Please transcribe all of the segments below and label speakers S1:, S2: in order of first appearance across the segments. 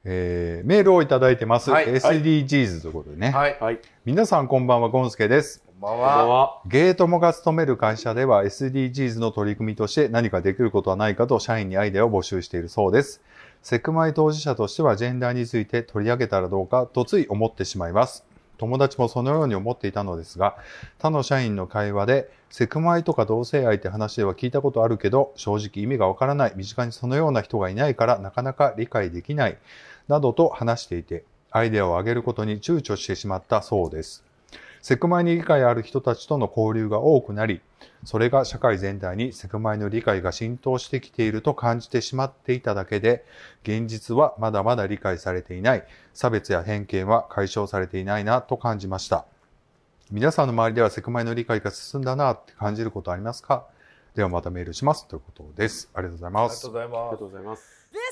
S1: メールをいただいてます。
S2: はい、
S1: SDGs ということでね。
S2: はい。
S1: 皆さんこんばんは、ゴンスケです。
S2: こんばんは。
S1: ゲートモが勤める会社では SDGs の取り組みとして何かできることはないかと社員にアイデアを募集しているそうです。セクマイ当事者としてはジェンダーについて取り上げたらどうかとつい思ってしまいます。友達もそのように思っていたのですが、他の社員の会話で、セクマイとか同性愛って話では聞いたことあるけど、正直意味がわからない、身近にそのような人がいないからなかなか理解できない、などと話していて、アイデアを上げることに躊躇してしまったそうです。セクマイに理解ある人たちとの交流が多くなり、それが社会全体にセクマイの理解が浸透してきていると感じてしまっていただけで、現実はまだまだ理解されていない、差別や偏見は解消されていないなと感じました。皆さんの周りではセクマイの理解が進んだなって感じることありますか？ではまたメールしますということです。ありがとうございます。
S2: ありがとうございます。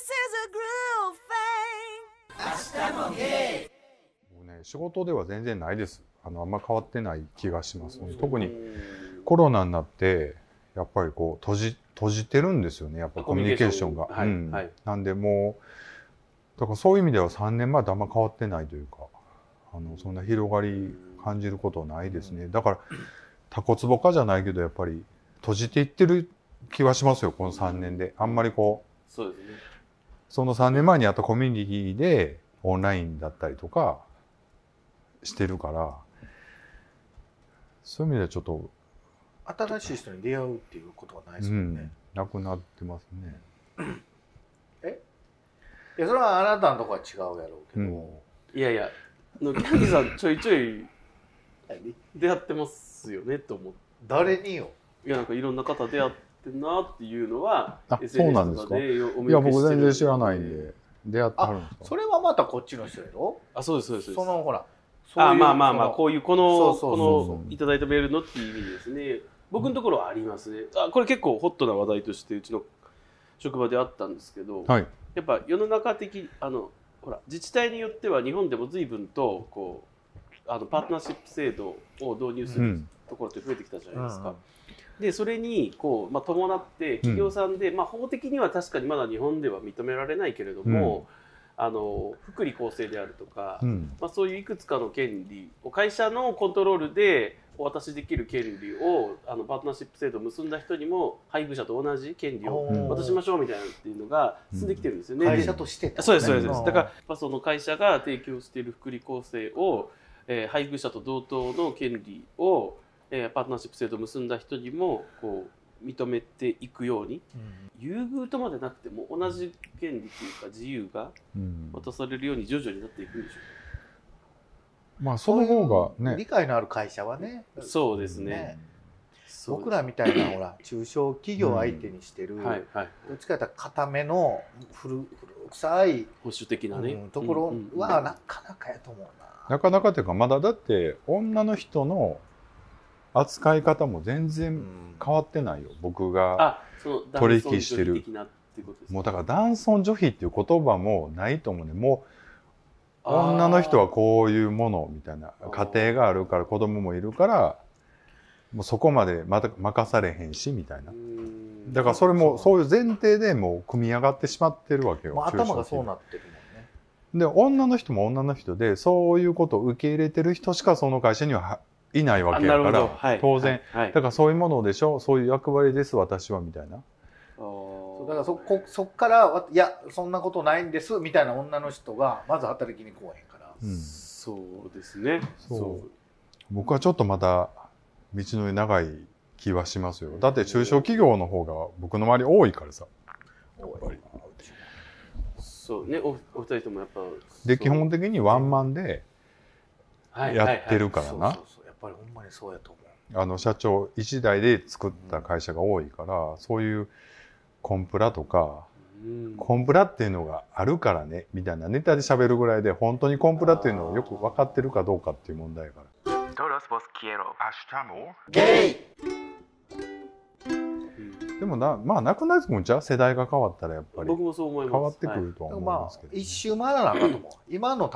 S3: 明日もゲイ。
S1: もうね、仕事では全然ないです。あんま変わってない気がします。特にコロナになってやっぱりこう閉じてるんですよね。やっぱコミュニケーションが。はい。なんでもうだからそういう意味では3年前とあんま変わってないというか、そんな広がり感じることはないですね。だからタコツボ化じゃないけどやっぱり閉じていってる気はしますよ。この3年であんまりこう。
S4: そうですね。
S1: その3年前にあったコミュニティでオンラインだったりとかしてるから、そういう意味ではちょっと
S2: 新しい人に出会うっていうことはないですもんね。
S1: なくなってますね。
S2: いや、それはあなたのとこは違うやろうけど。
S4: いやいや、キャンディさんちょいちょい出会ってますよねと思って。
S2: 誰によ。
S4: いや、なんかいろんな方出会ってんなっていうのは、
S1: そうなんですか。いや、僕全然知らないんで、出会ってはるんですか。
S2: それはまたこっちの人やろ。
S4: そうです、そうです。
S2: そのほら。
S4: まあ、こういう、この、いただいたメールのっていう意味ですね。僕のところはありますね。これ結構ホットな話題として、うちの職場であったんですけど、
S1: はい、
S4: やっぱ世の中的、ほら、自治体によっては日本でも随分と、こう、パートナーシップ制度を導入するところって増えてきたじゃないですか。で、それに、こう、伴って、企業さんで、法的には確かにまだ日本では認められないけれども、福利厚生であるとか、そういういくつかの権利を会社のコントロールでお渡しできる権利をパートナーシップ制度を結んだ人にも配偶者と同じ権利を渡しましょうみたいなっていうのが進んできてるんですよね。
S2: 会社として、
S4: そうですそうです。だからその会社が提供している福利厚生を、配偶者と同等の権利を、パートナーシップ制度を結んだ人にもこう認めていくように、優遇とまでなくても同じ権利というか自由が渡されるように徐々になっていくんでしょうか。
S1: その方がね、
S2: 理解のある会社はね。
S4: そうですね。
S2: 僕らみたいなほら中小企業相手にしてる、どっちかというと固めの古臭い
S4: 保守的なね、
S2: ところはなかなかやと思うな。
S1: なかなかというかまだだって女の人の扱い方も全然変わってないよ。僕が取引してる。もうだから男尊女卑っていう言葉もないと思うね。もう女の人はこういうものみたいな、家庭があるから子供もいるからもうそこまで任されへんしみたいな。だからそれもそういう前提でもう組み上がってしまってるわけよ。
S2: もう頭がそうなってるもんね。
S1: で女の人も女の人でそういうことを受け入れてる人しかその会社にはいないわけやから、当然、だからそういうものでしょ、そういう役割です私はみたいな。
S2: だからそっからいやそんなことないんですみたいな女の人がまず働きに来おへんから。
S4: そうですね。
S1: 僕はちょっとまた道のり長い気はしますよ。だって中小企業の方が僕の周り多いからさ。やっぱり。
S4: そうね、お二人ともやっぱ。
S1: で基本的にワンマンでやってるからな。
S2: やっぱりほんまにそうやと思
S1: う。社長一代で作った会社が多いから、そういうコンプラとか、コンプラっていうのがあるからねみたいなネタで喋るぐらいで、本当にコンプラっていうのをよく分かってるかどうかっていう問題やから。
S3: Todos vos quiero.
S2: 明日もゲイ。
S1: でもなくなってくるんちゃう？世代が変わったらやっぱり
S4: 僕もそう思います。
S1: 変わってくるとは思いますけど、
S2: 一周回らなあかんと思う。今の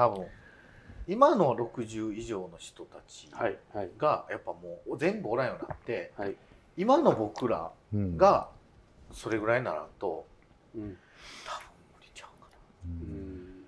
S2: 60以上の人たちがやっぱもう全部おらんようになって、今の僕らがそれぐらいにならんと、多分無理ちゃうかな。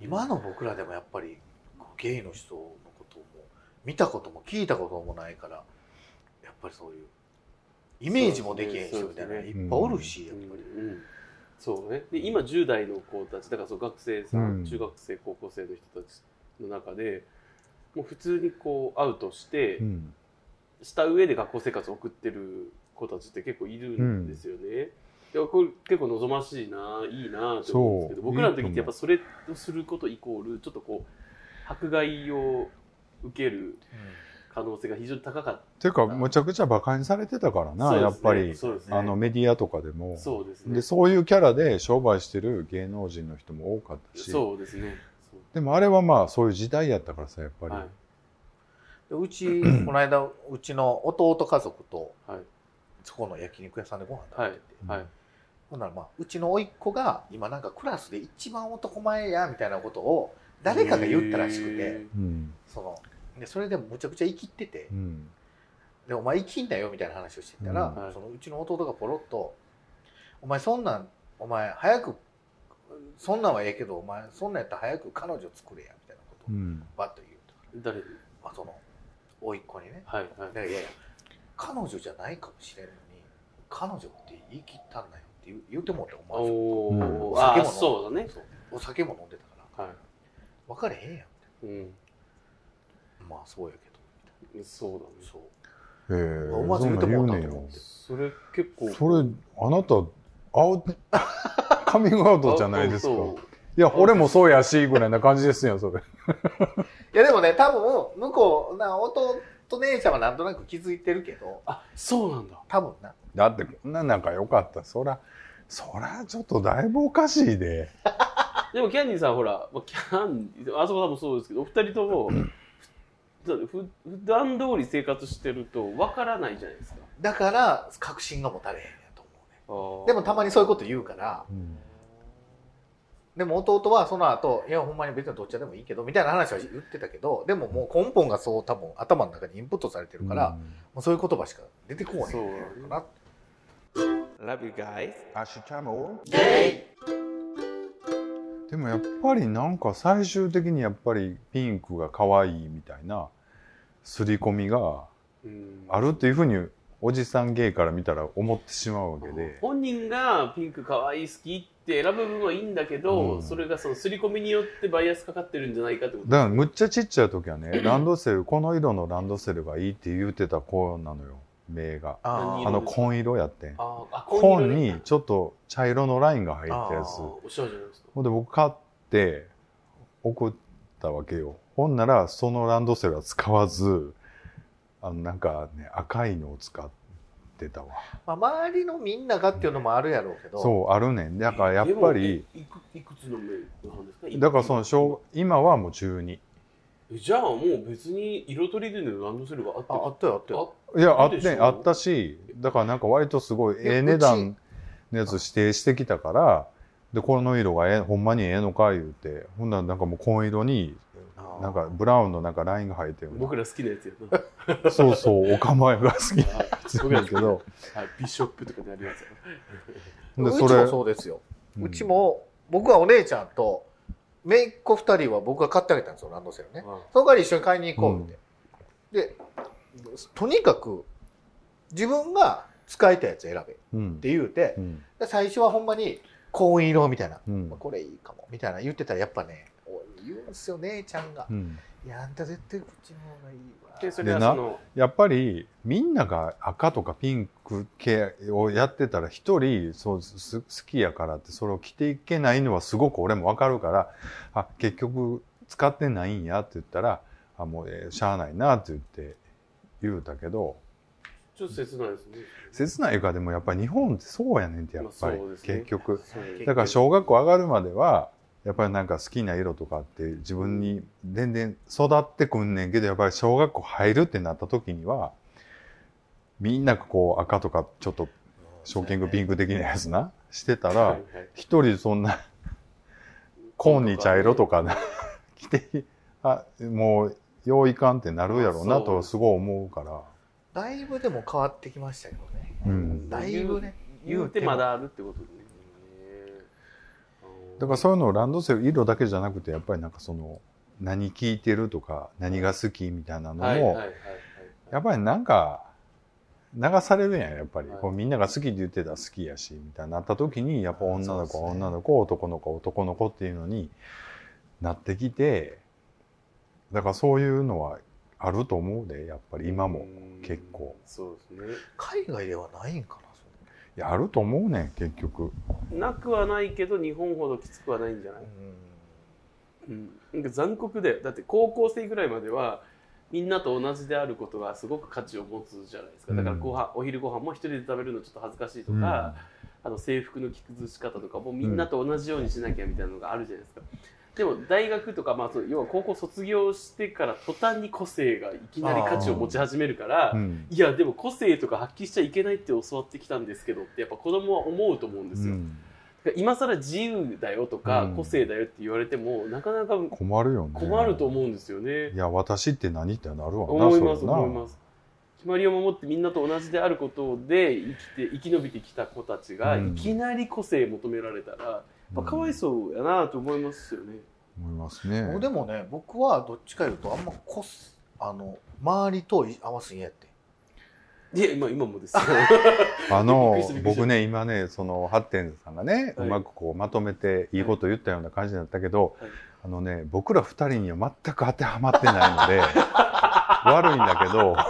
S2: 今の僕らでもやっぱりゲイの人のことも見たことも聞いたこともないからやっぱりそういうイメージもできへん人みたいなのいっぱいおるし、やっぱり、
S4: そうね。で今10代の子たちだからそう学生さん、中学生高校生の人たちの中でもう普通にこうアウトして、した上で学校生活を送ってる子たちって結構いるんですよね。これ結構望ましいないいなって思うんですけど、僕らの時ってやっぱそれをすることイコールちょっとこう迫害を受ける可能性が非常に高かった。
S1: っていうかむちゃくちゃ馬鹿にされてたからな、やっぱり、メディアとかでも。
S4: そうですね。
S1: でそういうキャラで商売してる芸能人の人も多かったし。
S4: そうですね。
S1: でもあれはまあそういう時代やったからさ、やっぱり。
S2: うちこの間うちの弟家族とそこの焼肉屋さんでご飯食べてて、ほんならまあうちの甥っ子が今なんかクラスで一番男前やみたいなことを誰かが言ったらしくて、それでむちゃくちゃ生きってて、でお前生きんだよみたいな話をしてたら、そのうちの弟がポロッと「お前そんなんお前早くそんなんはええけどお前そんなんやったら早く彼女作れや」みたいなことをバッと言うと、
S4: 誰に？
S2: その甥っ子にね。
S4: はいはい。
S2: いやいや彼女じゃないかもしれんのに彼女って言い切ったんだよって言ってもって思う。お酒も
S4: そうだね。
S2: お酒も飲んでたから、分かれへんやんみたいな。まあそうやけど。そうだね。そう。
S1: へえ。
S2: 思わず言ってもらったと思って。
S4: それ結構。
S1: それあなたカミングアウトじゃないですか。いや俺もそうやしぐらいな感じですよそれ。
S2: いやでもね多分向こう弟姉ちゃんはなんとなく気づいてるけど。
S4: あ、そうなんだ。
S2: 多分な。
S1: だってこんな仲良かった。そらちょっとだいぶおかしいで。
S4: でもキャンディーさんほらあそこさんもそうですけどお二人とも普段通り生活してるとわからないじゃないですか。
S2: だから確信が持たれへんやと思うね。でもたまにそういうこと言うから。でも弟はその後いやほんまに別にどっちでもいいけどみたいな話は言ってたけど、でももう根本がそう多分頭の中にインプットされてるから、もうそういう言葉しか出てこないかな。
S3: Love you guys。
S1: でもやっぱりなんか最終的にやっぱりピンクが可愛いみたいな刷り込みがあるっていうふうにおじさんゲイから見たら思ってしまうわけで、
S4: 本人がピンク可愛い好きって選ぶ分はいいんだけど、それがその刷り込みによってバイアスかかってるんじゃないかってこと。
S1: だからむっちゃちっちゃい時はねランドセルこの色のランドセルがいいって言ってた子なのよ。目が紺色やってん。紺にちょっと茶色のラインが入ったやつ。
S4: おしゃれじゃないですか。
S1: ほんで僕買って送ったわけよ。ほんならそのランドセルは使わずなんかね赤いのを使ってたわ。
S2: まあ周りのみんながっていうのもあるやろうけど。
S1: そうあるねん。だからやっぱり
S4: いくつの目なんですか。
S1: だからその今はもう中2。
S4: じゃあもう別に色とりどりのランドセルがあって。
S2: あったよあったよ。
S1: いやあったし、だからなんか割とすごい値段のやつ指定してきたから、でこの色がほんまにええのか言うて、ほんならなんかもう紺色になんかブラウンのなんかラインが入ってる。
S4: 僕ら好きなやつや
S1: な。そうそうおかまえが好きなやつやけど、
S4: ビショップとかであるやつ。
S2: うちもそうですよ。うちも僕はお姉ちゃんと姪っ子2人は僕が買ってあげたんですよランドセルね。その代わり一緒に買いに行こうって。でとにかく自分が使いたいやつ選べって言うて、最初はほんまに紺色みたいな、これいいかもみたいな言ってたらやっぱね言うんすよ姉ちゃんが、いやあんた絶対こっちの方がいいわ。
S4: でそれはその
S1: やっぱりみんなが赤とかピンク系をやってたら一人好きやからってそれを着ていけないのはすごく俺も分かるから、結局使ってないんやって言ったらもうしゃあないなって言うたけど、
S4: ちょっと切ないですね。
S1: 切ないかでもやっぱり日本ってそうやねんってやっぱり、結局だから小学校上がるまではやっぱりなんか好きな色とかって自分に全然育ってくんねんけど、やっぱり小学校入るってなった時にはみんながこう赤とかちょっとショッキングピンク的なやつなしてたら一人そんな紺に茶色とか着てもうよういかんってなるやろうなとすごい思うから。
S2: だいぶでも変わってきましたけどね。だいぶね
S4: 言うてまだあるってことね。
S1: だからそういうのをランドセル色だけじゃなくてやっぱりなんかその何聞いてるとか何が好きみたいなのもやっぱりなんか流されるやんやっぱり、こうみんなが好きって言ってたら好きやしみたいになった時にやっぱ女の子は女の子、男の子は男の子っていうのになってきて、だからそういうのはあると思うでやっぱり今も結構。
S4: そうですね。
S2: 海外ではないんかな。
S1: いやあると思うねん結局。
S4: なくはないけど日本ほどきつくはないんじゃない？なんか残酷で、だって高校生ぐらいまではみんなと同じであることがすごく価値を持つじゃないですか。だからお昼ご飯も一人で食べるのちょっと恥ずかしいとか、制服の着崩し方とかもみんなと同じようにしなきゃみたいなのがあるじゃないですか。でも大学とか、要は高校卒業してから途端に個性がいきなり価値を持ち始めるから、いやでも個性とか発揮しちゃいけないって教わってきたんですけどってやっぱ子供は思うと思うんですよ。今更自由だよとか個性だよって言われてもなかなか
S1: 困るよね。
S4: 困ると思うんですよね。
S1: いや私って何ってなるわな。
S4: 思います思います。決まりを守ってみんなと同じであることで生き延びてきた子たちがいきなり個性求められたら、かわいそうやなと思いますよね。
S1: 思いますね。
S2: でもね僕はどっちかいうとあんま周りと合わせんやって。
S4: いや今もですよ。
S1: 僕ね今ねそのハッテンさんがね、うまくこうまとめていいこと言ったような感じだったけど、僕ら二人には全く当てはまってないので悪いんだけど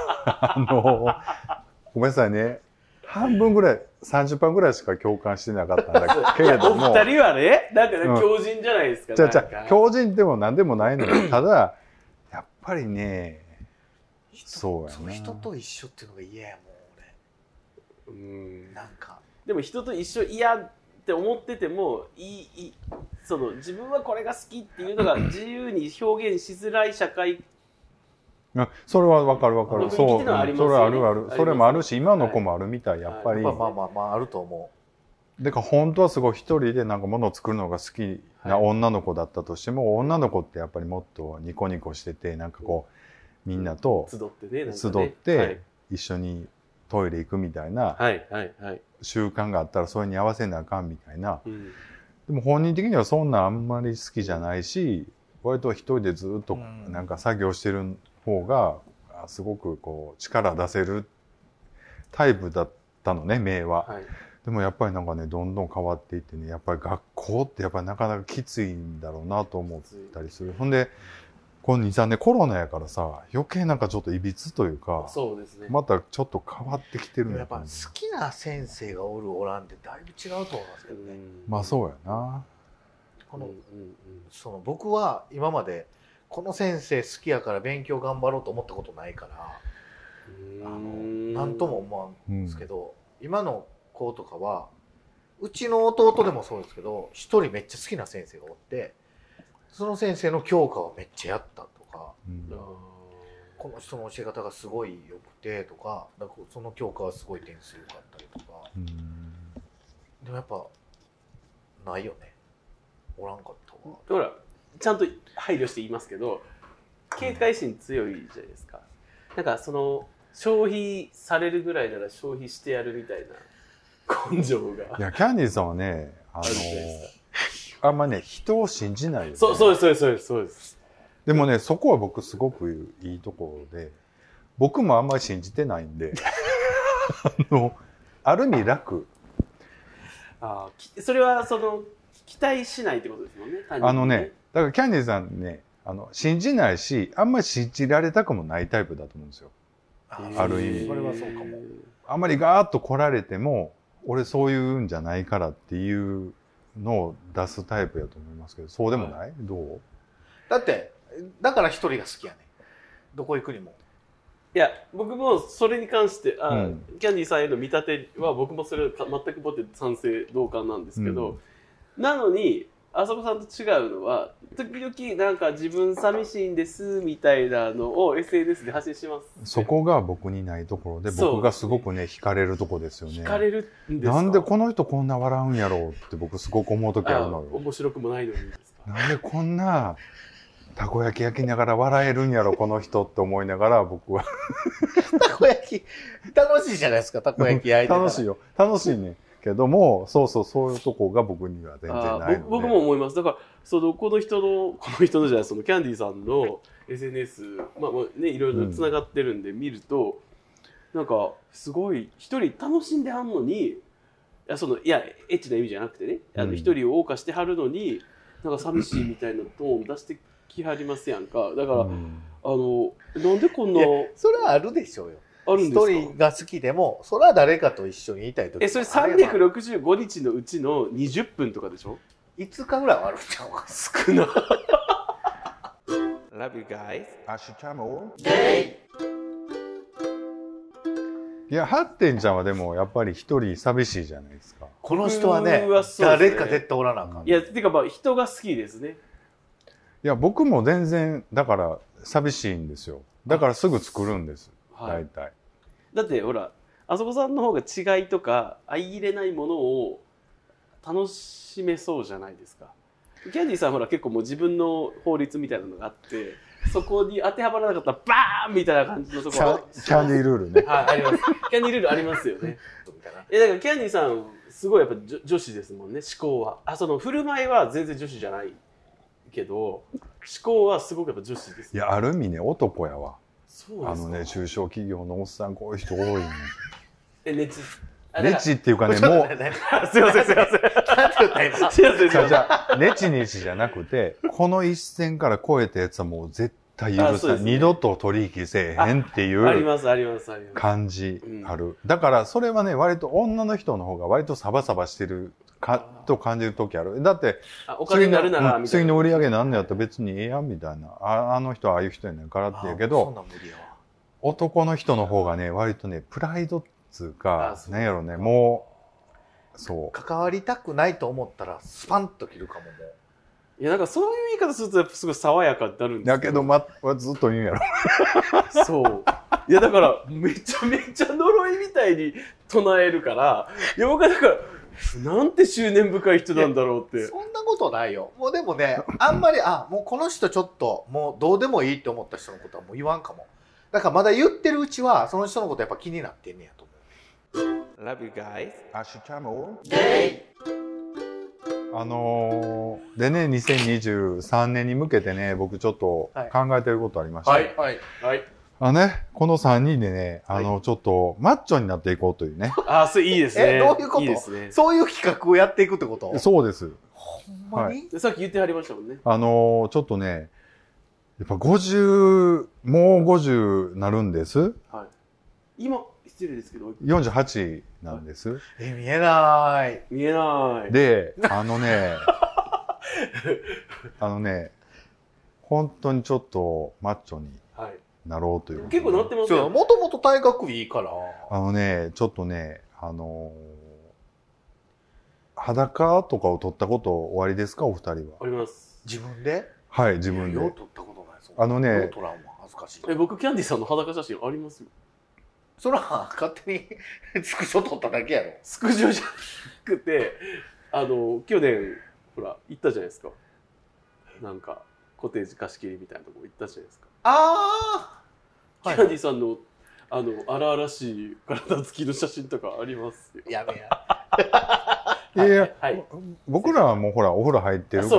S1: ごめんなさいね半分ぐらい 30% ぐらいしか共感してなかったんだけれども
S4: お二人はねなんか強靭じゃないですか。
S1: 強靭でも何でもないのよ。ただやっぱりねそうやな。
S2: 人と一緒っていうのが嫌やもん俺。なんか
S4: でも人と一緒嫌って思っててもその自分はこれが好きっていうのが自由に表現しづらい社会。
S1: それは分かる。そう、それはあるある。それもあるし今の子もあるみたいやっぱり。
S2: まああると思
S1: う。でか本当はすごい一人でなんか物を作るのが好きな女の子だったとしても、女の子ってやっぱりもっとニコニコしててなんかこう。みんなと集って一緒にトイレ行くみたいな習慣があったらそれに合わせなあかんみたいな。でも本人的にはそんなあんまり好きじゃないし割と一人でずっとなんか作業してる方がすごくこう力出せるタイプだったのねメイは。でもやっぱりなんかねどんどん変わっていってねやっぱり学校ってやっぱりなかなかきついんだろうなと思ったりする。ほんでこの 2,3 年コロナやからさ余計なんかちょっといびつというか
S4: そうですね。
S1: またちょっと変わってきてるんだ
S2: やっぱ好きな先生がおるおらんってだいぶ違うと思いますけどね。
S1: まあそうやな。
S2: その僕は今までこの先生好きやから勉強頑張ろうと思ったことないからなんとも思わんですけど、今の子とかはうちの弟でもそうですけど一人めっちゃ好きな先生がおってその先生の教科をめっちゃやったとか、この人の教え方がすごい良くてとか、その教科はすごい点数良かったりとか、でもやっぱないよね。おらんかったわ。
S4: だからちゃんと配慮して言いますけど警戒心強いじゃないですか。なんかその消費されるぐらいなら消費してやるみたいな根性が。
S1: いやキャンディーさんはねあんまね人を信じないよね。
S4: そうです。
S1: でもねそこは僕すごくいいところで僕もあんまり信じてないんである意味楽。
S4: それはその期待しないってことですもんね。
S1: だからキャンディーさんね信じないしあんまり信じられたくもないタイプだと思うんですよ。ある意味。
S2: それはそうかも。
S1: あんまりガーッと来られても俺そういうんじゃないからっていうのを出すタイプやと思いますけどそうでもない？どう？
S2: だから一人が好きやね。どこ行くにも。
S4: いや僕もそれに関してキャンディーさんへの見立ては僕もそれは全くもって賛成同感なんですけど、なのにあそこさんと違うのは時々なんか自分寂しいんですみたいなのを SNS で発信します、ね、
S1: そこが僕にないところで僕がすごくね惹かれるところですよね。
S4: 惹かれるんですか？
S1: なんでこの人こんな笑うんやろうって僕すごく思う時あるのよ。
S4: 面白くもないのにですか？
S1: なんでこんなたこ焼き焼きながら笑えるんやろこの人って思いながら僕は
S2: たこ焼き楽しいじゃないですか。たこ焼き焼いてたら
S1: 楽しいよ楽しいね。 けども、そういうとこが僕には全然ないので。
S4: 僕も思います。だからこの人のじゃない、そのキャンディーさんの SNS、ね、いろいろつながってるんで見ると、なんかすごい一人楽しんではんのに、いやエッチな意味じゃなくてね、一人を謳歌してはるのに、なんか寂しいみたいなトーン出してきはりますやんか。だから、なんでこんな。
S2: それはあるでしょうよ。
S4: あるんですか？
S2: 一人が好きでも、それは誰かと一緒にいたいとき。
S4: それ365日のうちの20分とかでしょ
S2: ？5日ぐらいはあるんちゃうか。
S4: 少な。
S3: Love you guys.
S1: いや、ハッテンちゃんはでもやっぱり一人寂しいじゃないですか。
S2: この人はね、誰か絶対おらなあかん。
S4: いや、てか人が好きですね。
S1: いや、僕も全然、だから寂しいんですよ。だからすぐ作るんです。大体。
S4: だってほら、あそこさんの方が違いとか相入れないものを楽しめそうじゃないですか。キャンディーさんほら結構もう自分の法律みたいなのがあって、そこに当てはまらなかったらバーンみたいな感じのところ。
S1: キャンディールールね。
S4: はい、あります。キャンディールールありますよね。だからキャンディーさんすごいやっぱ女子ですもんね、思考は。振る舞いは全然女子じゃないけど、思考はすごくやっぱ女子です、
S1: いや、ある意味ね、男やわ。
S4: そうですか。
S1: 中小企業のおっさん、こういう人多いね。
S4: ネ
S1: チっていうかね、もう。
S4: すいません。すいません。
S1: じゃあ、ネチじゃなくて、この一線から越えたやつはもう絶対許さない。二度と取引せえへんっていう感じある。だからそれはね、割と女の人の方が割とサバサバしてると感じる時ある。だって、
S4: お金になるならみたいな。
S1: 次の売り上げなんのやったら別にええやんみたいな。あの人はああいう人やねんからって言うけど、男の人の方がね、割とね、プライドっつうか、なんやろね、もう、そう。
S2: 関わりたくないと思ったら、スパンと切るかももう。
S4: いや、なんかそういう言い方するとやっぱすごい爽やかになるんです
S1: だけど、ずっと言うんやろ。
S4: そう。いや、だから、めちゃめちゃ呪いみたいに唱えるから、いや、僕はだから、なんて執念深い人なんだろうって。
S2: そんなことないよ。もうでもね、あんまり、もうこの人ちょっと、もうどうでもいいって思った人のことはもう言わんかも。だからまだ言ってるうちは、その人のことやっぱ気になってんねやと思う。
S3: Love you guys.
S1: でね、2023年に向けてね、僕ちょっと考えてることありまして。
S2: はい。
S1: この3人でね、ちょっとマッチョになっていこうというね。
S4: それいいですね。
S2: どういうこと？
S4: いいですね。
S2: そういう企画をやっていくってこと？
S1: そうです。
S2: ほんまに？
S4: さっき言ってはりましたもんね。
S1: ちょっとね、やっぱもう50なるんです。
S4: はい。今、失礼ですけど。
S1: 48なんです。
S2: 見えない。
S4: 見えない。
S1: で、本当にちょっとマッチョになろうという。
S4: 結構なってますよ。
S2: もともと体格いいから。
S1: ちょっとね、裸とかを撮ったことおありですか、お二人は。
S4: あります。
S2: 自分で？
S1: はい、自分で。
S2: よう撮ったことない。撮らんわ、恥ずかしい。
S4: 僕、キャンディーさんの裸写真ありますよ。
S2: そら、勝手にスクショ撮っただけやろ。
S4: スクショじゃなくて、去年、ほら、行ったじゃないですか。なんか、コテージ貸し切りみたいなとこ行ったじゃないですか。キャンディーさんの、荒々しい体つきの写真とかありますよ。
S2: やめや。
S1: いや、僕らはもうほら、お風呂入ってるから、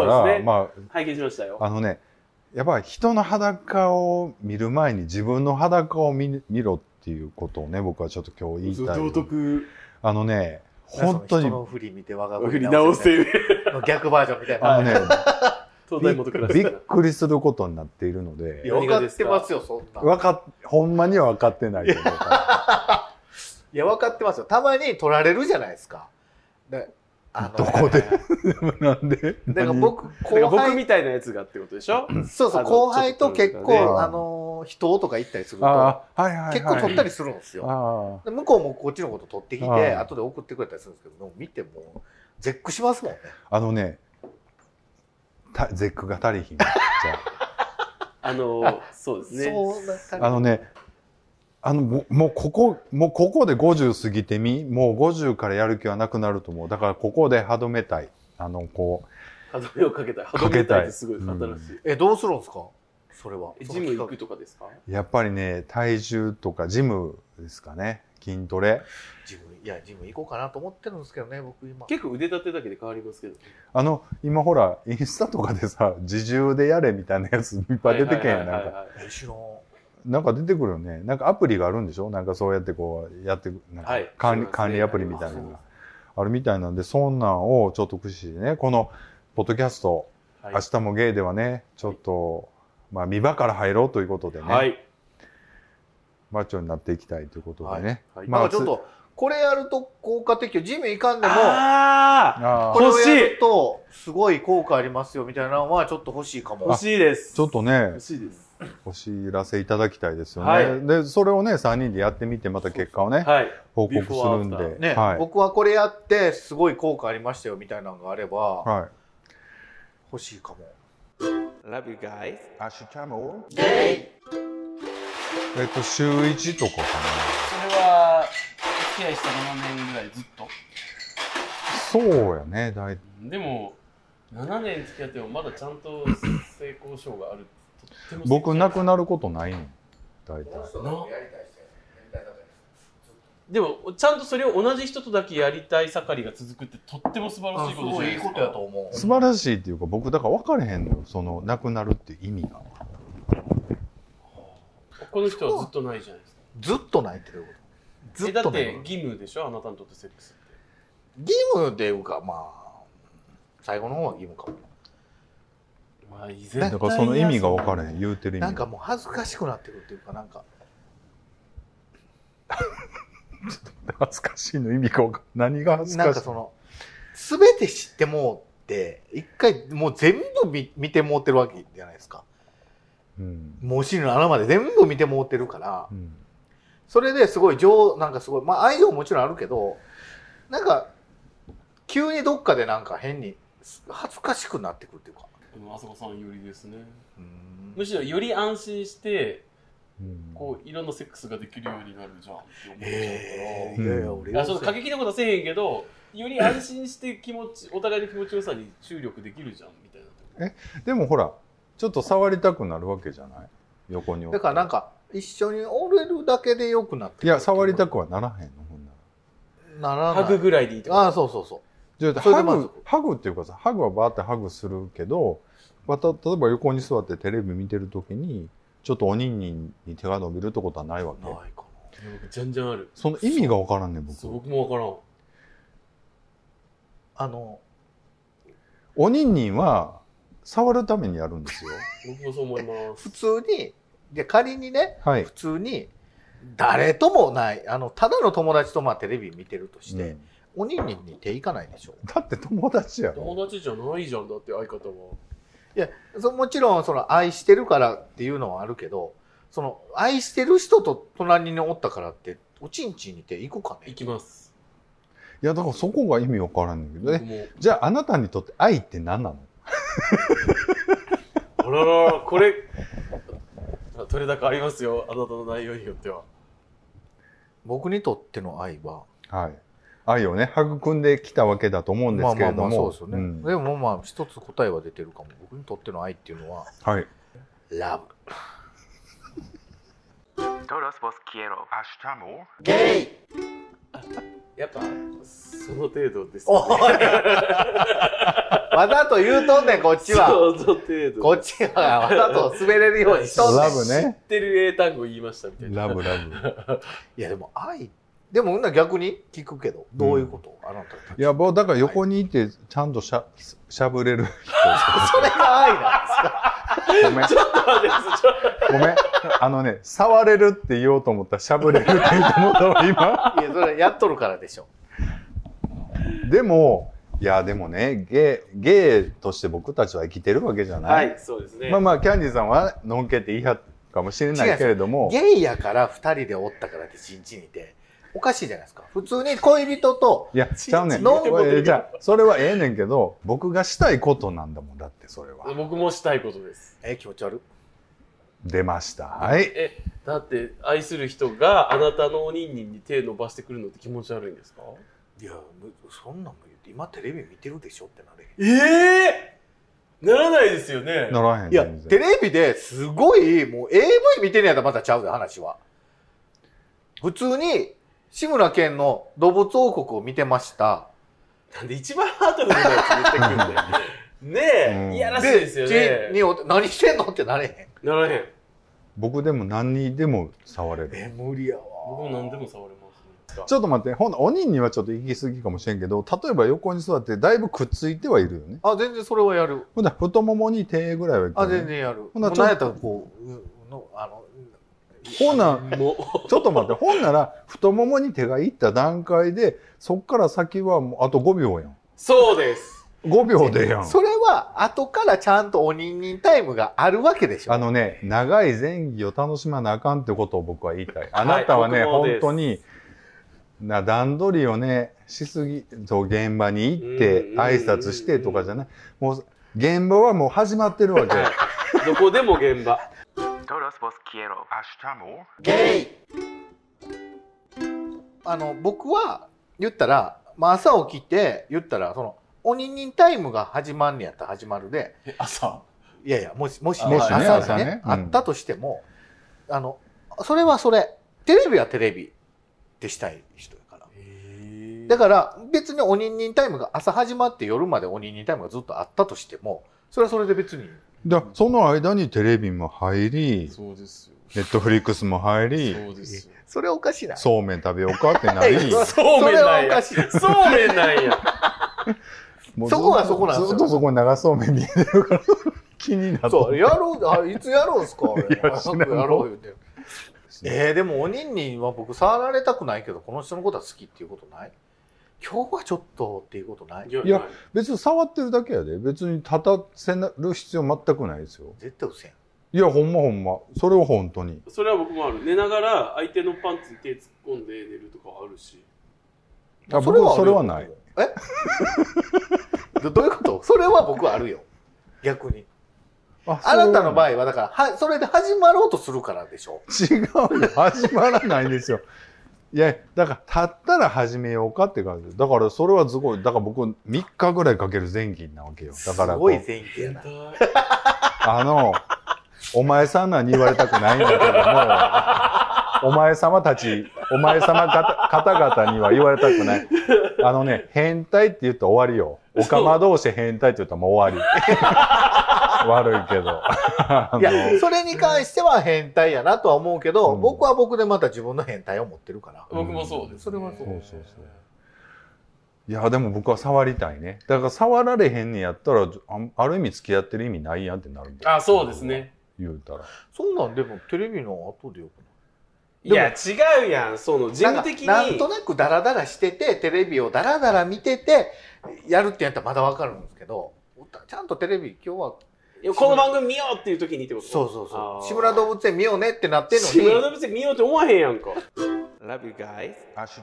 S4: 拝見しましたよ。
S1: やっぱり人の裸を見る前に自分の裸を見ろっていうことをね、僕はちょっと今日言いたい。
S4: 道徳。
S1: 本当に。
S2: 人の振り見て我が
S4: 振り直せ。
S2: 逆バージョンみたいな。
S1: びっくりすることになっているので。
S2: いや、分かってますよ、そんな。
S1: ほんまには分かってないけど。
S2: いや、分かってますよ。たまに取られるじゃないですか。
S1: どこでなんで？
S2: だから僕
S4: みたいなやつがってことでしょ？
S2: そうそう、後輩と結構、人とか行ったりすると、結構取ったりするんですよ。向こうもこっちのこと取ってきて、後で送ってくれたりするんですけど、見ても、絶句しますもんね。
S1: 絶句が足りひん。じゃ
S4: そうですね。
S1: もうここで50過ぎてもう50からやる気はなくなると思う。だからここで歯止めたい。
S4: 歯止めをかけたい。歯止めたいってすごい新しい。
S2: どうするんですか？それは。
S4: ジム行くとかですか？
S1: やっぱりね、体重とかジムですかね。筋トレ。
S2: ジムいやジム行こうかなと思ってるんですけどね、僕今。
S4: 結構腕立てだけで変わりますけど。
S1: 今ほら、インスタとかでさ、自重でやれみたいなやついっぱい出てけんやん、なんか。なんか出てくるよね。なんかアプリがあるんでしょ？なんかそうやってこう、やって、なんか管理アプリみたいなのがあるみたいなんで、そんなんをちょっと駆使してね、この、ポッドキャスト、明日もゲイではね、ちょっと、まあ、見場から入ろうということでね。はい。マッチョになっていきたいということでね。
S2: はい。まあちょっと、これやると効果的よ。ジム行かんでも、これをやると、すごい効果ありますよみたいなのはちょっと欲しいかも。
S4: 欲しいです。
S1: ちょっとね。
S4: 欲しいです。
S1: お知らせいただきたいですよね。はい、で、それをね、3人でやってみて、また結果をね、はい、報告するんで。
S2: ね、はい、僕はこれやって、すごい効果ありましたよみたいなのがあれば、はい、欲しいかも。
S3: Love you guys.
S1: アシュチャモゲイ。週1とかかな。
S4: それは、お付き合いした7年ぐらいずっと。
S1: そうやね、
S4: でも、7年付き合ってもまだちゃんと性交渉がある。
S1: 僕なくなることないの大体
S4: でもちゃんとそれを同じ人とだけやりたい盛りが続くってとっても素晴らしいことじゃないですか。いいことやと思う。
S1: 素晴らしいっていうか僕だから分かれへんのよ、そのなくなるっていう意味が。
S4: この人はずっとないじゃないですか。
S2: ずっとないってどういうこと？ずっと
S4: だって義務でしょ、あなたにとってセックスって。
S2: 義務っていうかまあ最後の方は義務かも。
S1: まあ、だからその意味が分からへん、言うてる意味
S2: なんかもう恥ずかしくなってくるっていうか、なんか
S1: 恥ずかしいの意味が分かんない。何が恥ずかしい？
S2: なんかその全て知ってもって一回もう全部見てもうてるわけじゃないですか、うん、もうお尻の穴まで全部見てもうてるから、うん、それですごいなんかすごい、まあ愛情ももちろんあるけど、なんか急にどっかでなんか変に恥ずかしくなってくるっていうか。
S4: あそこさんよりですね。むしろより安心して、こういろんなセックスができるようになるじゃんって思っちゃうから。いやいや俺はちょっと過激なことはせえへんけど、より安心してお互いの気持ちよさに注力できるじゃんみたいな。
S1: でもほらちょっと触りたくなるわけじゃない？横に。
S2: だからなんか一緒におれるだけでよくなって。
S1: いや触りたくはならへんのほん
S2: ならない。
S4: ハグぐらいでいいってこと？
S2: ああそうそうそう。
S1: ハグっていうかさ、ハグはバーってハグするけど、例えば横に座ってテレビ見てるときにちょっとおにんにんに手が伸びるってことはないわけ？ないかな。
S4: 僕じゃんじゃんある。
S1: その意味がわからんねん僕。
S4: 僕もわから
S1: ん。おにんにんは触るためにやるんですよ。
S4: 僕もそう思います。
S2: 普通にで仮にね、はい、普通に誰ともないただの友達とまあテレビ見てるとして。おにんにんに手いかないでしょ。
S1: だって友達やろ。
S4: 友達じゃないじゃん、だって相方は。
S2: いやもちろんその愛してるからっていうのはあるけど、その愛してる人と隣におったからっておちんちんに手行くかね？
S4: 行きます。
S1: いやだからそこが意味わからんねんけどね。じゃああなたにとって愛って何なの？
S4: あららこれ取れ高ありますよ、あなたの内容によっては。
S2: 僕にとっての愛は、
S1: はい。愛をね育んできたわけだと思うんですけれども、
S2: そうですよね、うん、でもまあ一つ答えは出てるかも。僕にとっての愛っていうのは、
S1: はい、
S2: ラブ。
S3: Todos vos quiero.
S2: ゲイ。
S4: やっぱその程度です、
S2: ね。わざと言うとんねんこっちは。
S4: その程度。
S2: こっちはわざと滑れるようにしとんねん。
S1: ラブね。
S4: 知ってる英単語言いましたみたいな。
S1: ラブ。
S2: いやでも愛。でも逆に聞くけど、どういうこと、あなたたち。
S1: いや、もうだから横にいて、ちゃんとしゃぶれる人。
S2: それが愛なんですか？
S4: ごめん。ちょっと待って、
S1: ごめん。触れるって言おうと思ったらしゃぶれるって言うと思ったわ、今。
S2: いや、それやっとるからでしょ。
S1: でもね、ゲイとして僕たちは生きてるわけじゃない？
S4: はい、そうですね。
S1: まあ、キャンディーさんはのんけって言い張ったかもしれないけれども。
S2: ゲイやから2人でおったからってちんちんにいて。おかしいじゃないですか。普通に恋人と。
S1: いや、ちゃうねん。じゃあ、それはええねんけど、僕がしたいことなんだもん。だって、それは。
S4: 僕もしたいことです。
S2: 気持ち悪い。
S1: 出ました。はい。
S4: だって、愛する人があなたのおにんにんに手伸ばしてくるのって気持ち悪いんですか？
S2: いや、そんなんも言って、今テレビ見てるでしょってなれ。
S4: ならないですよね。
S1: ならへん。
S2: いや、テレビですごい、もう AV 見てんやったらまたちゃうで、話は。普通に、 志村けんの動物王国を見てました。
S4: なんで一番ハートフルなやつ言ってくるんだよ。ねえ、いやらしいですよね。
S2: 何してんのってなれへん。
S4: ならへん。
S1: 僕でも何にでも触れる。
S2: 無理やわ。
S4: 僕も何でも触れますね。
S1: ちょっと待って、鬼にはちょっと行き過ぎかもしれんけど、例えば横に座ってだいぶくっついてはいるよね。
S2: あ、全然それはやる。
S1: ほんなら太ももに手ぐらいはいく、ね。
S2: あ、全然やる。
S1: ほんなら
S2: 何やったらこう、
S1: ほんなら、ちょっと待って、ほんなら太ももに手がいった段階で、そっから先はもうあと5秒やん。
S4: そうです。
S1: 5秒でやん。
S2: それは後からちゃんとおにんにんタイムがあるわけでしょ。
S1: 長い前儀を楽しまなあかんってことを僕は言いたい。あなたはね、本当に、段取りをね、しすぎ、現場に行って、挨拶してとかじゃない。もう、現場はもう始まってるわけ。
S4: どこでも現場。
S3: Todos vos quiero.
S2: ゲイ。僕は、言ったら、朝起きて、言ったら、おにんにんタイムが始まんねやったら始まるで。
S4: 朝？
S2: いやいや、もし
S1: ね、
S2: 朝がね、あったとしても、それはそれ、テレビはテレビってしたい人やから。だから、別におにんにんタイムが朝始まって夜までおにんにんタイムがずっとあったとしても、それはそれで別に。
S1: その間にテレビも入り、
S4: そうですよ。
S1: ネットフリックスも入り、
S4: そうですよ。
S2: それはおかしいな。
S1: そうめん食べようかってなり、
S4: そうめんなんや。そうめんなんや。
S2: そこがそこなんですよ。
S1: ずっとそこに長そうめん見えてるから気になって。
S2: そう、いつやろうんすかあれ。早くやろう言うて。でもおにんにんは僕触られたくないけど、この人のことは好きっていうことない？今日はちょっとっていうことない？
S1: いや、別に触ってるだけやで。別に立たせる必要全くないですよ。
S2: 絶対うせん。
S1: いや、ほんま。それは本当に。
S4: それは僕もある。寝ながら相手のパンツに手突っ込んで寝るとかあるし。
S1: 僕はそれはない。
S2: どういうこと？それは僕はあるよ。逆に。あなたの場合はだからそれで始まろうとするからでしょ。
S1: 違うよ。始まらないんですよ。いや、だから立ったら始めようかって感じ。だからそれはすごい。だから僕3日ぐらいかける前期なわけよ。だから
S2: すごい前期やな。
S1: お前さんなんに言われたくないんだけども、お前様方々には言われたくない。変態って言ったら終わりよ。おかま同士変態って言ったらもう終わり。悪いけど。
S2: いや、それに関しては変態やなとは思うけど、僕は僕でまた自分の変態を持ってるから。
S4: 僕もそうです。
S2: それはそう。
S1: いや、でも僕は触りたいね。だから触られへんねやったら、ある意味付き合ってる意味ないやんってなるんだよ。
S4: あ、そうですね。
S1: 言うたら。
S2: そうなんでもテレビの後でよく
S4: ない？いや、違うやん。事務的に。
S2: なんとなくダラダラしてて、テレビをダラダラ見てて、やるってやったらまだわかるんですけど、ちゃんとテレビ今日は、
S4: この番組見ようっていう時にってこと？
S2: そう。志村動物園見ようねってなってんのに。
S4: 志村動物園見ようって思わへんやんか。
S3: Love you guys.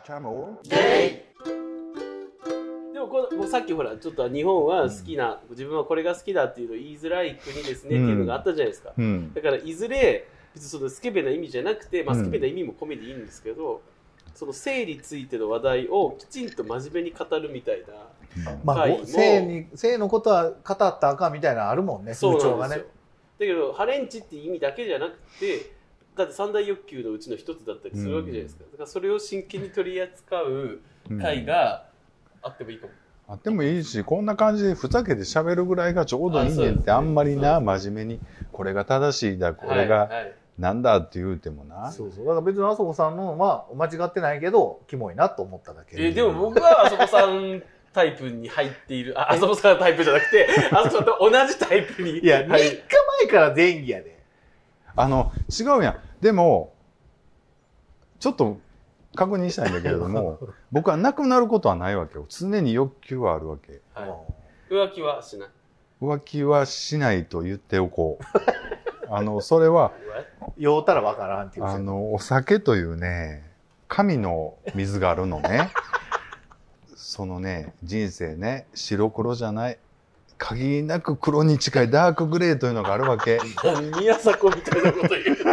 S4: でもさっきほらちょっと日本は好きな、自分はこれが好きだっていうのを言いづらい国ですねっていうのがあったじゃないですか。だからいずれ別にそのスケベな意味じゃなくて、スケベな意味も込めていいんですけど、その性についての話題をきちんと真面目に語るみたいな。
S2: 性のことは語ったらあかんみたいなのあるもんね、
S4: 風潮がね。だけどハレンチって意味だけじゃなくて、だって三大欲求のうちの一つだったりするわけじゃないですか。だからそれを真剣に取り扱う会があってもいいかも。
S1: あってもいいし、こんな感じでふざけて喋るぐらいがちょうどいいねんって、あんまりな、真面目にこれが正しいだ、これがなんだって言うてもな。
S2: そう。だから別にあそこさんのは間違ってないけど、キモいなと思っただけ。
S4: でも僕はあそこさんタイプに入っている、あそこさんタイプじゃなくて、あそこさんと同じタイプに。
S2: いや、3日前から前儀やで。
S1: 違うやん。でも、ちょっと確認したいんだけれども、僕はなくなることはないわけよ。常に欲求はあるわけ。
S4: 浮気はしない。
S1: 浮気はしないと言っておこう。それは、
S2: 酔うたらわからんっていう。
S1: お酒というね、神の水があるのね。そのね、人生ね、白黒じゃない。限りなく黒に近いダークグレーというのがあるわけ。
S4: 宮迫みたいなこと言うて。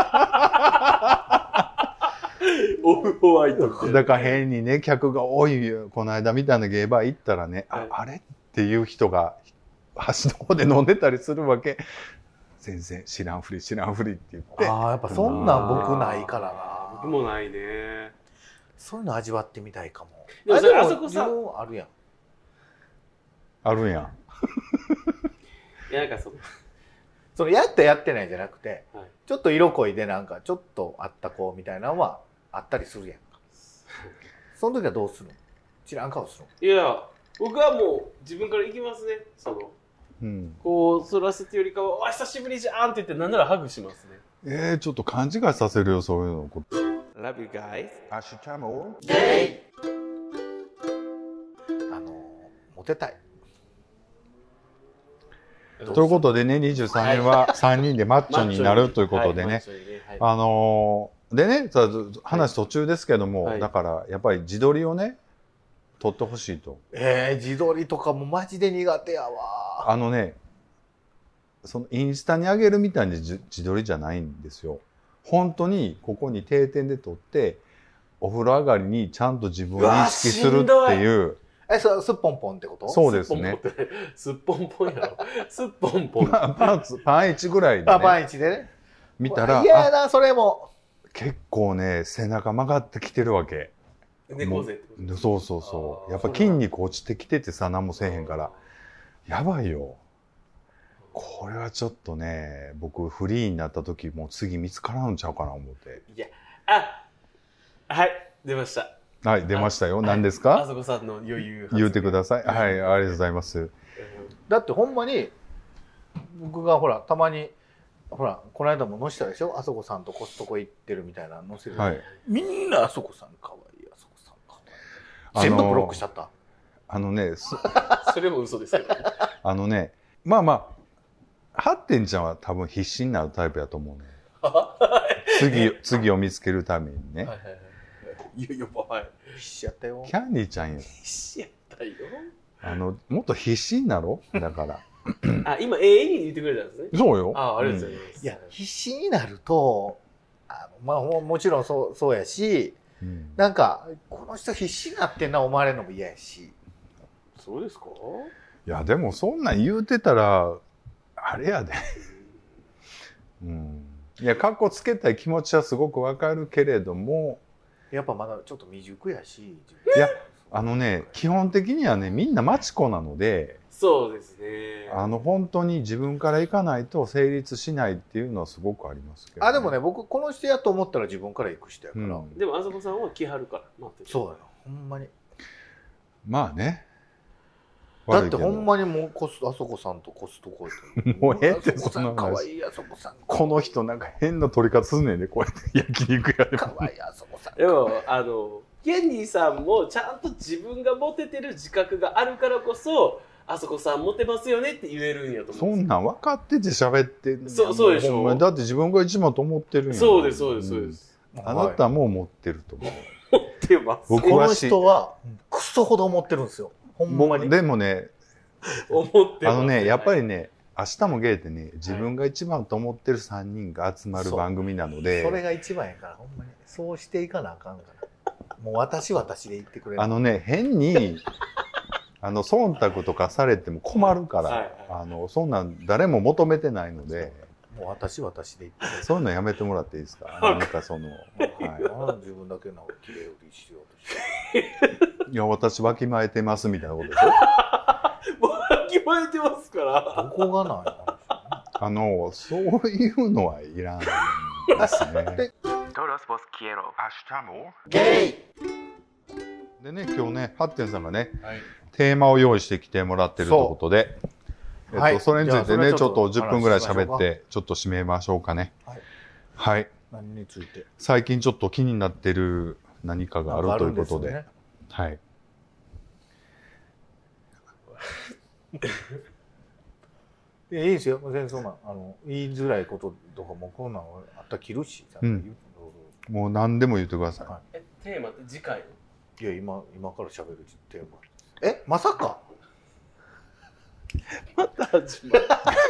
S4: オフホワイトって。
S1: だから変にね、客が多い、この間みたいなゲーバー行ったらね、あれっていう人が端の方で飲んでたりするわけ。全然知らんふりって言って。
S2: やっぱそんなん僕ないからな。
S4: 僕もないね。
S2: そういうの味わってみたいかも。
S4: でもそれあそこさ
S2: 自分あるやん。
S1: あるんや。
S4: いやなんか
S2: そのやってないじゃなくて、
S4: はい、
S2: ちょっと色濃いでなんかちょっとあった子みたいなのはあったりするやんか。その時はどうするの？知らん顔するの？
S4: いや僕はもう自分から行きますね。
S1: うん、
S4: こうそらせてよりかは「お久しぶりじゃん」って言ってなんならハグしますね。
S1: ちょっと勘違いさせるよそういうの。
S3: Love you guys.
S2: モテたい。
S1: ということでね、23年は3人でマッチョになるということでね。でね、話途中ですけども、だからやっぱり自撮りをね、撮ってほしいと。
S2: 自撮りとかもマジで苦手やわ。
S1: そのインスタに上げるみたいに自撮りじゃないんですよ。本当にここに定点で撮って、お風呂上がりにちゃんと自分を意識するっていう。
S2: すっぽんぽんってこと？
S1: そうですね。
S4: すっぽんぽんやろ。すっぽんぽん。
S1: パン1ぐらいで、ね。
S2: パン1でね。
S1: 見たら、
S2: 嫌やな、それも。
S1: 結構ね、背中曲がってきてるわけ。
S4: 猫背ってこと？
S1: そうそうそう。やっぱ筋肉落ちてきててさ、何もせえへんから。やばいよ。これはちょっとね、僕フリーになった時もう次見つからんちゃうかな思って。
S4: いや、はい、出ました。
S1: はい、出ましたよ。何ですか？
S4: あそこさんの余裕。
S1: 言うてください。はい、ありがとうございます。
S2: だってほんまに、僕がほら、たまに、ほら、この間も載せたでしょ？あそこさんとコストコ行ってるみたいな載せる。
S1: はい。
S2: みんなあそこさんかわいい、あそこさんかわいい。全部ブロックしちゃった。
S4: それも嘘ですけど。
S1: まあまあ、ハッテンちゃんは多分必死になるタイプやと思うね。次を見つけるためにね。
S4: はいはいはい。はい。
S2: 必死やったよ。
S1: キャンディーちゃんよ。
S4: 必死やったよ。
S1: もっと必死になろうだから。
S4: 今永遠に言ってくれたんですね。
S1: そうよ。
S4: ありがとうございます。
S2: いや、必死になると、まあもちろんそうやし、なんか、この人必死になってんな思われるのも嫌やし。
S4: そうですか？
S1: いや、でもそんなん言うてたら、あれやで。いや、カッコつけたい気持ちはすごくわかるけれども、
S2: やっぱまだちょっと未熟やし。
S1: いや、基本的にはね、みんなマチコなので、
S4: そうですね。
S1: 本当に自分から行かないと成立しないっていうのはすごくありますけど、
S2: でもね、僕、この人やと思ったら自分から行く人やから。
S4: でも、あそこさんは来はるから。
S2: そうや、ほんまに。
S1: まあね。
S2: だってほんまにもうあそこさんとコストコ行って。
S1: もうええって、
S2: そんな話。かわいいあそこさん。
S1: この人なんか変な取り方すんねんで、こうやって焼肉屋で。
S2: かわいいあそこさん。
S4: でも、ケンディさんもちゃんと自分がモテてる自覚があるからこそ、あそこさんモテますよねって言えるんやと思う。
S1: そんなん分かってて喋ってん
S4: そうでしょ。
S1: だって自分が一番と思ってるんや。
S4: そうです、そうです、そうです。
S1: あなたも思ってると思う。
S4: 持ってます。
S2: この人はクソほど思ってるんですよ。ほんまに。
S1: でもね、
S4: 思ってます。
S1: やっぱりね、明日もゲイってね、自分が一番と思ってる3人が集まる番組なので。
S2: それが一番やから、ほんまに。そうしていかなあかんから。もう私で言ってくれる。
S1: 変に、忖度とかされても困るから、そんなん誰も求めてないので。
S2: もう私で言ってくれる。
S1: そういうのやめてもらっていいですか？なんか
S2: 自分だけなんか綺麗売りしようとして。
S1: いや、私わきまえてますみたいなことでしょ？
S4: わきまえてますから。
S2: どこがない
S1: の？そういうのはいらんですね。
S3: Todos vos quiero.
S2: ゲイ
S1: でね、今日ね、ハッテンさんがね、テーマを用意してきてもらってるということで、それについてね、ちょっと10分ぐらい喋って、ちょっと締めましょうかね。はい。
S2: 何について？
S1: 最近ちょっと気になってる何かがあるということで。はい。
S2: いいですよ。全然そんな言いづらいこととかもこんなんあったら切るし。
S1: もう何でも言ってくださ
S4: い。テーマって次回の？
S2: いや、今から喋るテーマ。まさか？
S4: また始ま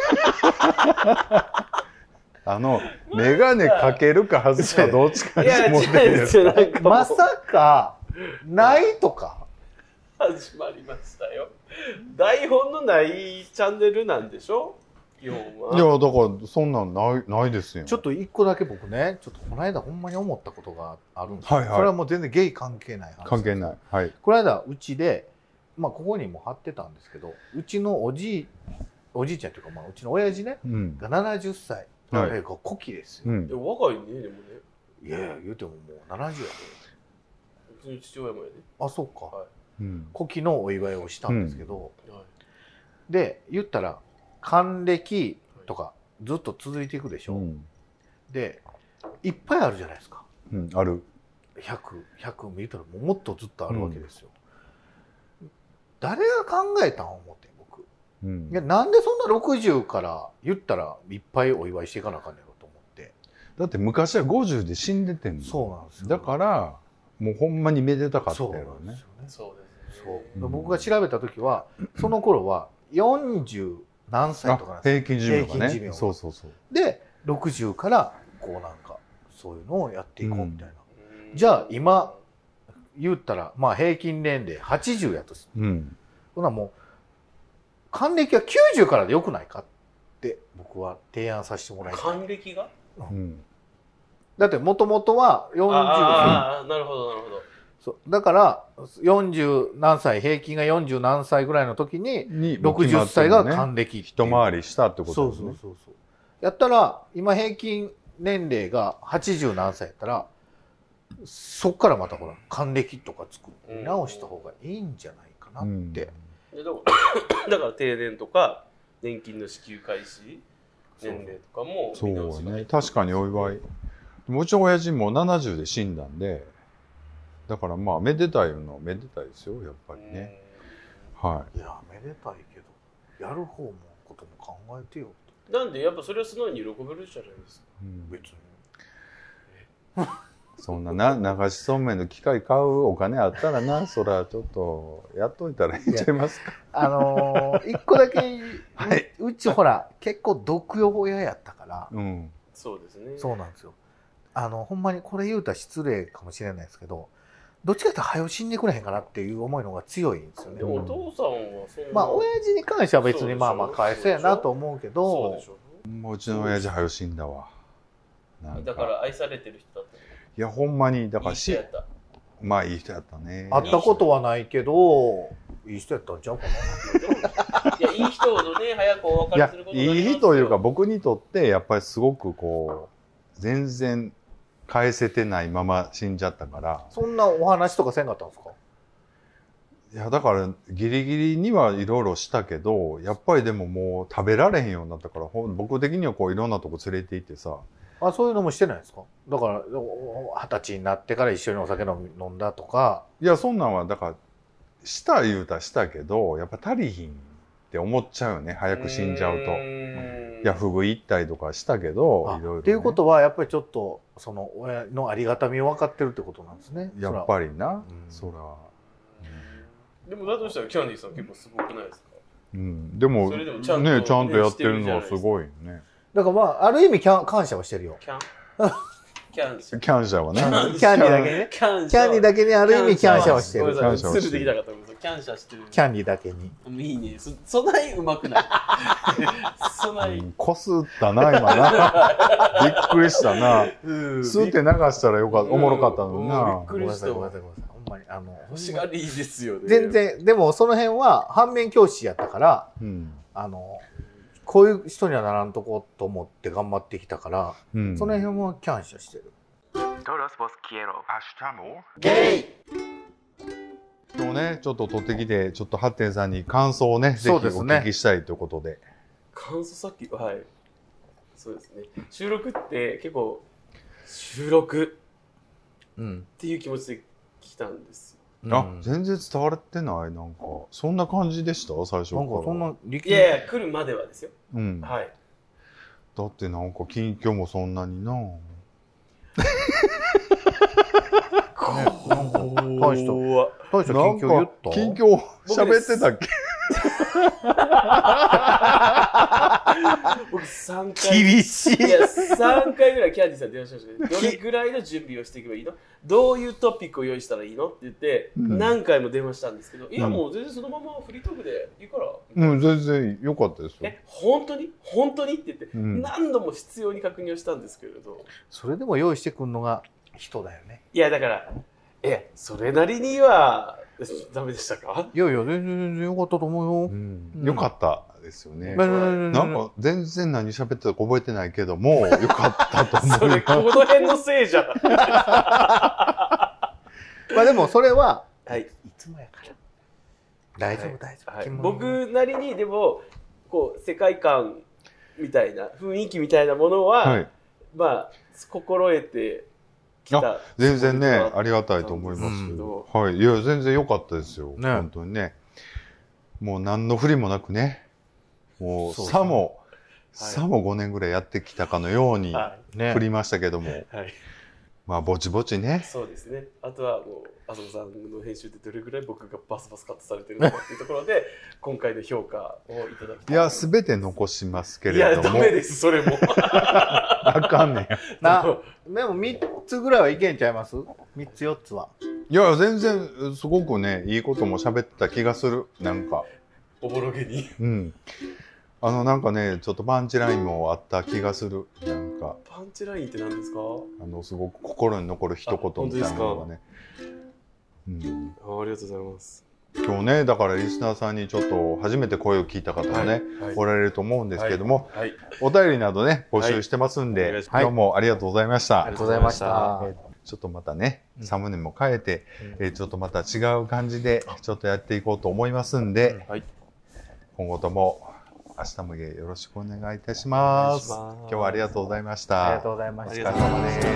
S4: る。
S1: メガネかけるか外すかどっちかに持ってるんですか？
S2: まさか、ないとか。
S4: 始まりましたよ。台本のないチャンネルなんでしょ？ いや、
S1: だからそんなんないですよ。
S2: ちょっと一個だけ僕ね、ちょっとこの間ほんまに思ったことがあるんですよ。
S1: はいはい
S2: それはもう全然ゲイ関係ない話。
S1: 関係ない。はい。
S2: この間うちで、まあここにも貼ってたんですけど、うちのおじいちゃんというか、まあうちの親父ね、
S1: うん。
S2: が70歳。
S1: はい
S2: あれが古希ですよ。
S1: うん
S4: いや若いね、でもね。
S2: いやいや、言うてももう70やで。
S4: うちの父親もやで。
S2: あ、そうか。
S4: は
S1: うん。
S2: 古希のお祝いをしたんですけど、
S4: はい。
S2: で、言ったら、還暦とかずっと続いていくでしょ。
S1: うん。
S2: で、いっぱいあるじゃないですか。
S1: うん。ある。
S2: 100見たらもっとずっとあるわけですよ。誰が考えたん思って僕。
S1: うん
S2: いや、なんでそんな60から言ったらいっぱいお祝いしていかなあかんねやろと思って。
S1: だって昔は50で死んでてんの。
S2: そうなんですよ。
S1: だからもうほんまにめでたかったよ
S2: そうなんで
S1: ね
S2: すよね。
S4: そうですね。
S2: そう。
S1: うん
S2: 僕が調べた時は、その頃は40何歳とかなんですよ。
S1: 平均寿命がね。
S2: 平均寿命が
S1: そうそうそう。
S2: で、60からこうなんかそういうのをやっていこうみたいな。
S4: うん
S2: じゃあ今言ったらまあ平均年齢80やとして、
S1: うん。
S2: ほなもう還暦は90からでよくないかって僕は提案させてもらいたい。
S4: 還暦が
S1: うん。
S2: だってもともとは40、
S4: ああ、なるほど、なるほど。
S2: そうだから40何歳、平均が40何歳ぐらいの時に60歳が還暦っていう
S1: 一回りしたってこと
S2: そう
S1: ですね。
S2: そうそうそう。やったら今平均年齢が80何歳やったらそっからまたほら還暦とか作り直した方がいいんじゃないかなって。
S1: うん
S4: でだから定年とか年金の支給開始年齢とかも
S1: そう
S4: 見直しが
S1: ね。確かにお祝い。もちろん親父も70で死んだんで、だからまあめでたいのはめでたいですよ、やっぱりね。はい
S2: やめでたいけどやる方もことも考えてよ。
S4: なんでやっぱそれは素直に喜べるじゃないですか。
S1: い。うん
S2: 別に。
S1: そんな流しそうめんの機械買うお金あったらな、そらちょっとやっといたらいいんちゃいますか。
S2: 一個だけ、
S1: はいう
S2: ちほら結構毒用親やったから、
S1: うん。
S4: そうですね。
S2: そうなんですよ。ほんまにこれ言うたら失礼かもしれないですけど、どっちかというと早う死んでくれへんかなっていう思いの方が強いんですよね。
S4: でもお父さんはそんな
S2: まあ親父に関しては別
S4: そうでしょ
S2: にまあまあ返せやなと思うけ
S4: そう
S2: ど
S4: でしょ。
S1: もううちの親父はよ死んだわ。なん
S4: だから愛されてる人だったね。
S1: いやほんまにだから
S4: いい人やった。
S1: まあいい人やったね。
S2: 会ったことはないけどいい人やったんちゃうかな。
S4: いや、いい人ほどね、早くお別
S1: いや
S4: れすることになりますよ。
S1: いい人というか僕にとってやっぱりすごくこう全然返せてないまま死んじゃったから。
S2: そんなお話とかせんかったんですか。
S1: いやだからギリギリにはいろいろしたけどやっぱりでももう食べられへんようになったから僕的にはこういろんなとこ連れて行ってさ。
S2: あ、そういうのもしてないですか。だから20歳になってから一緒にお酒飲んだとか。
S1: いやそんなんはだからした言うたらしたけどやっぱ足りひんって思っちゃうよね早く死んじゃうと。いやフグ行ったりとかしたけどいろいろ、ね。
S2: っていうことはやっぱりちょっとその親のありがたみを分かってるってことなんですね。
S1: やっぱりな、
S2: うん
S1: そら。
S4: でもだとしたらキャンディーさん結構すごくないですか。
S1: うん、でも
S4: それでもちゃんと
S1: ねちゃんとやってるのはすごいよね。
S2: だからまあある意味感謝はしてるよ。
S4: キャンキャンシャ
S1: キャンシャはね。
S2: キャンディーだけね。
S4: キャン
S2: キャンディーだけにある意味感謝はしてる。
S4: ごめんなさい、
S1: キャンシャはしてる
S4: すぐできなかったごめんなさい。キャンシャしてる。
S2: キャンディーだけに。
S4: いいね。そない上手くない。そない。
S1: こすったな今な。びっくりしたな。スーって流したらよかった、おもろかったのにな。
S4: びっく
S2: ごめん
S4: りしたわ
S2: なさいごめんなさいごめんなさい。ほんまに
S4: 欲しがりですよね。
S2: 全然でもその辺は反面教師やったから
S1: うん。
S2: こういう人にはならんとこと思って頑張ってきたから、
S1: うん。
S2: その辺は感謝してる。
S3: Todos vos quiero.
S2: ゲイ。
S1: 今日ねちょっと取ってきてちょっとハッテンさんに感想をねぜひお
S2: そうですね
S1: 聞きしたいということで。
S4: 感想さっき、はい。そうですね。収録って結構、収録
S2: うん。
S4: っていう気持ちで来たんですよ。
S1: あ、全然伝わってないなんかそんな感じでした最初から。
S2: なんかそんな力
S4: いやいや、来るまではですよ。
S1: うん。
S4: はい。
S1: だってなんか近況もそんなにな。
S2: 大した近況言った。
S1: 近況喋ってたっけ？
S4: 僕3回
S2: 厳しい。
S4: いや3回ぐらいキャンディーさんに電話しましたけど、どれぐらいの準備をしていけばいいの、どういうトピックを用意したらいいのって言って、何回も電話したんですけど、いやもう全然そのままフリートークでいいから、
S1: 全然良かったですよ。
S4: 本当に本当にって言って、何度も必要に確認をしたんですけれど、
S2: それでも用意してくるのが人だよね。
S4: いやだからそれなりにはダメでしたか？
S2: いやいや全然良かったと思うよ。
S1: 良かったですよね。なんか全然何喋ってたか覚えてないけども良かったと思う。
S4: それこの辺のせいじゃん。
S2: まあでもそれは、
S4: はい、
S2: いつもやから大丈夫、大丈夫、
S4: はい、僕なりにでもこう世界観みたいな雰囲気みたいなものは、はい、まあ心得てきた。
S1: 全然ねありがたいと思いますけど、はい、いや全然良かったですよ、ね、本当にね。もう何の振りもなくね、もうさも5年ぐらいやってきたかのように振りましたけども、はい、まあぼちぼちね。
S4: そうですね。あとはもうあそこさんの編集でどれぐらい僕がバスバスカットされてるのかっていうところで今回の評価をいただきたい。
S1: いや全て残しますけれども。
S4: いやダメですそれも。
S1: あかんねん。
S2: でも3つぐらいはいけんちゃいます？ 3 つ4つは。
S1: いや全然すごくねいいことも喋った気がする。なんか
S4: おぼろげに。
S1: なんかねちょっとパンチラインもあった気がする。なんか
S4: パンチラインって何ですか？
S1: すごく心に残る一言みたいなのがね。
S4: ありがとうございます。
S1: 今日ねだからリスナーさんにちょっと初めて声を聞いた方もね、おられると思うんですけども、お便りなどね募集してますんで、今日もありがとうございました。
S2: ありがとうございました。
S1: ちょっとまたねサムネも変えて、ちょっとまた違う感じでちょっとやっていこうと思いますんで、今後とも明日もよろしくお願いいたします。今日はありがとうございました。
S2: ありがとうございました。
S1: お疲れ様です。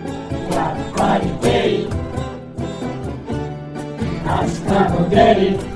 S1: 明日もデリ